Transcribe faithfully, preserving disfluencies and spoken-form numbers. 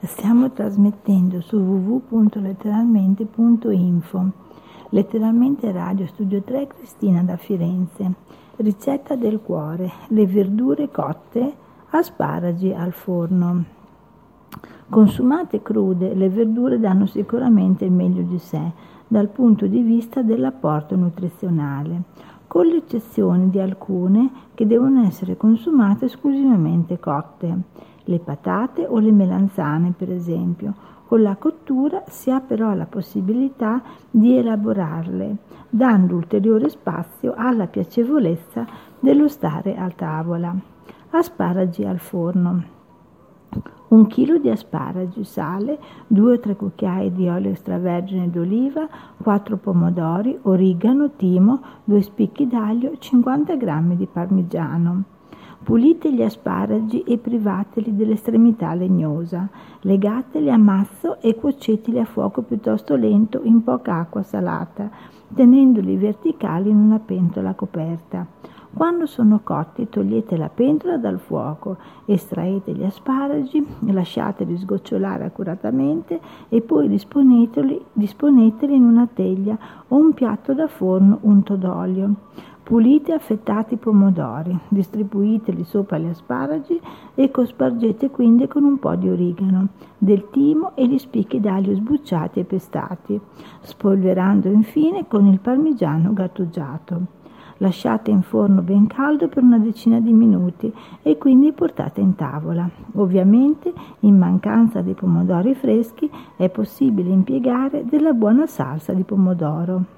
Stiamo trasmettendo su w w w punto letteralmente punto info. Letteralmente Radio Studio tre, Cristina da Firenze. Ricetta del cuore: le verdure cotte, asparagi al forno. Consumate crude, le verdure danno sicuramente il meglio di sé dal punto di vista dell'apporto nutrizionale, con l'eccezione di alcune che devono essere consumate esclusivamente cotte. Le patate o le melanzane, per esempio. Con la cottura si ha però la possibilità di elaborarle, dando ulteriore spazio alla piacevolezza dello stare a tavola. Asparagi al forno. Un chilo di asparagi, sale, due o tre cucchiai di olio extravergine d'oliva, quattro pomodori, origano, timo, due spicchi d'aglio, cinquanta grammi di parmigiano. Pulite gli asparagi e privateli dell'estremità legnosa, legateli a mazzo e cuoceteli a fuoco piuttosto lento in poca acqua salata, tenendoli verticali in una pentola coperta. Quando sono cotti togliete la pentola dal fuoco, estraete gli asparagi, lasciateli sgocciolare accuratamente e poi disponeteli, disponeteli in una teglia o un piatto da forno unto d'olio. Pulite e affettati i pomodori, distribuiteli sopra gli asparagi e cospargete quindi con un po' di origano, del timo e gli spicchi d'aglio sbucciati e pestati, spolverando infine con il parmigiano grattugiato. Lasciate in forno ben caldo per una decina di minuti e quindi portate in tavola. Ovviamente, in mancanza di pomodori freschi, è possibile impiegare della buona salsa di pomodoro.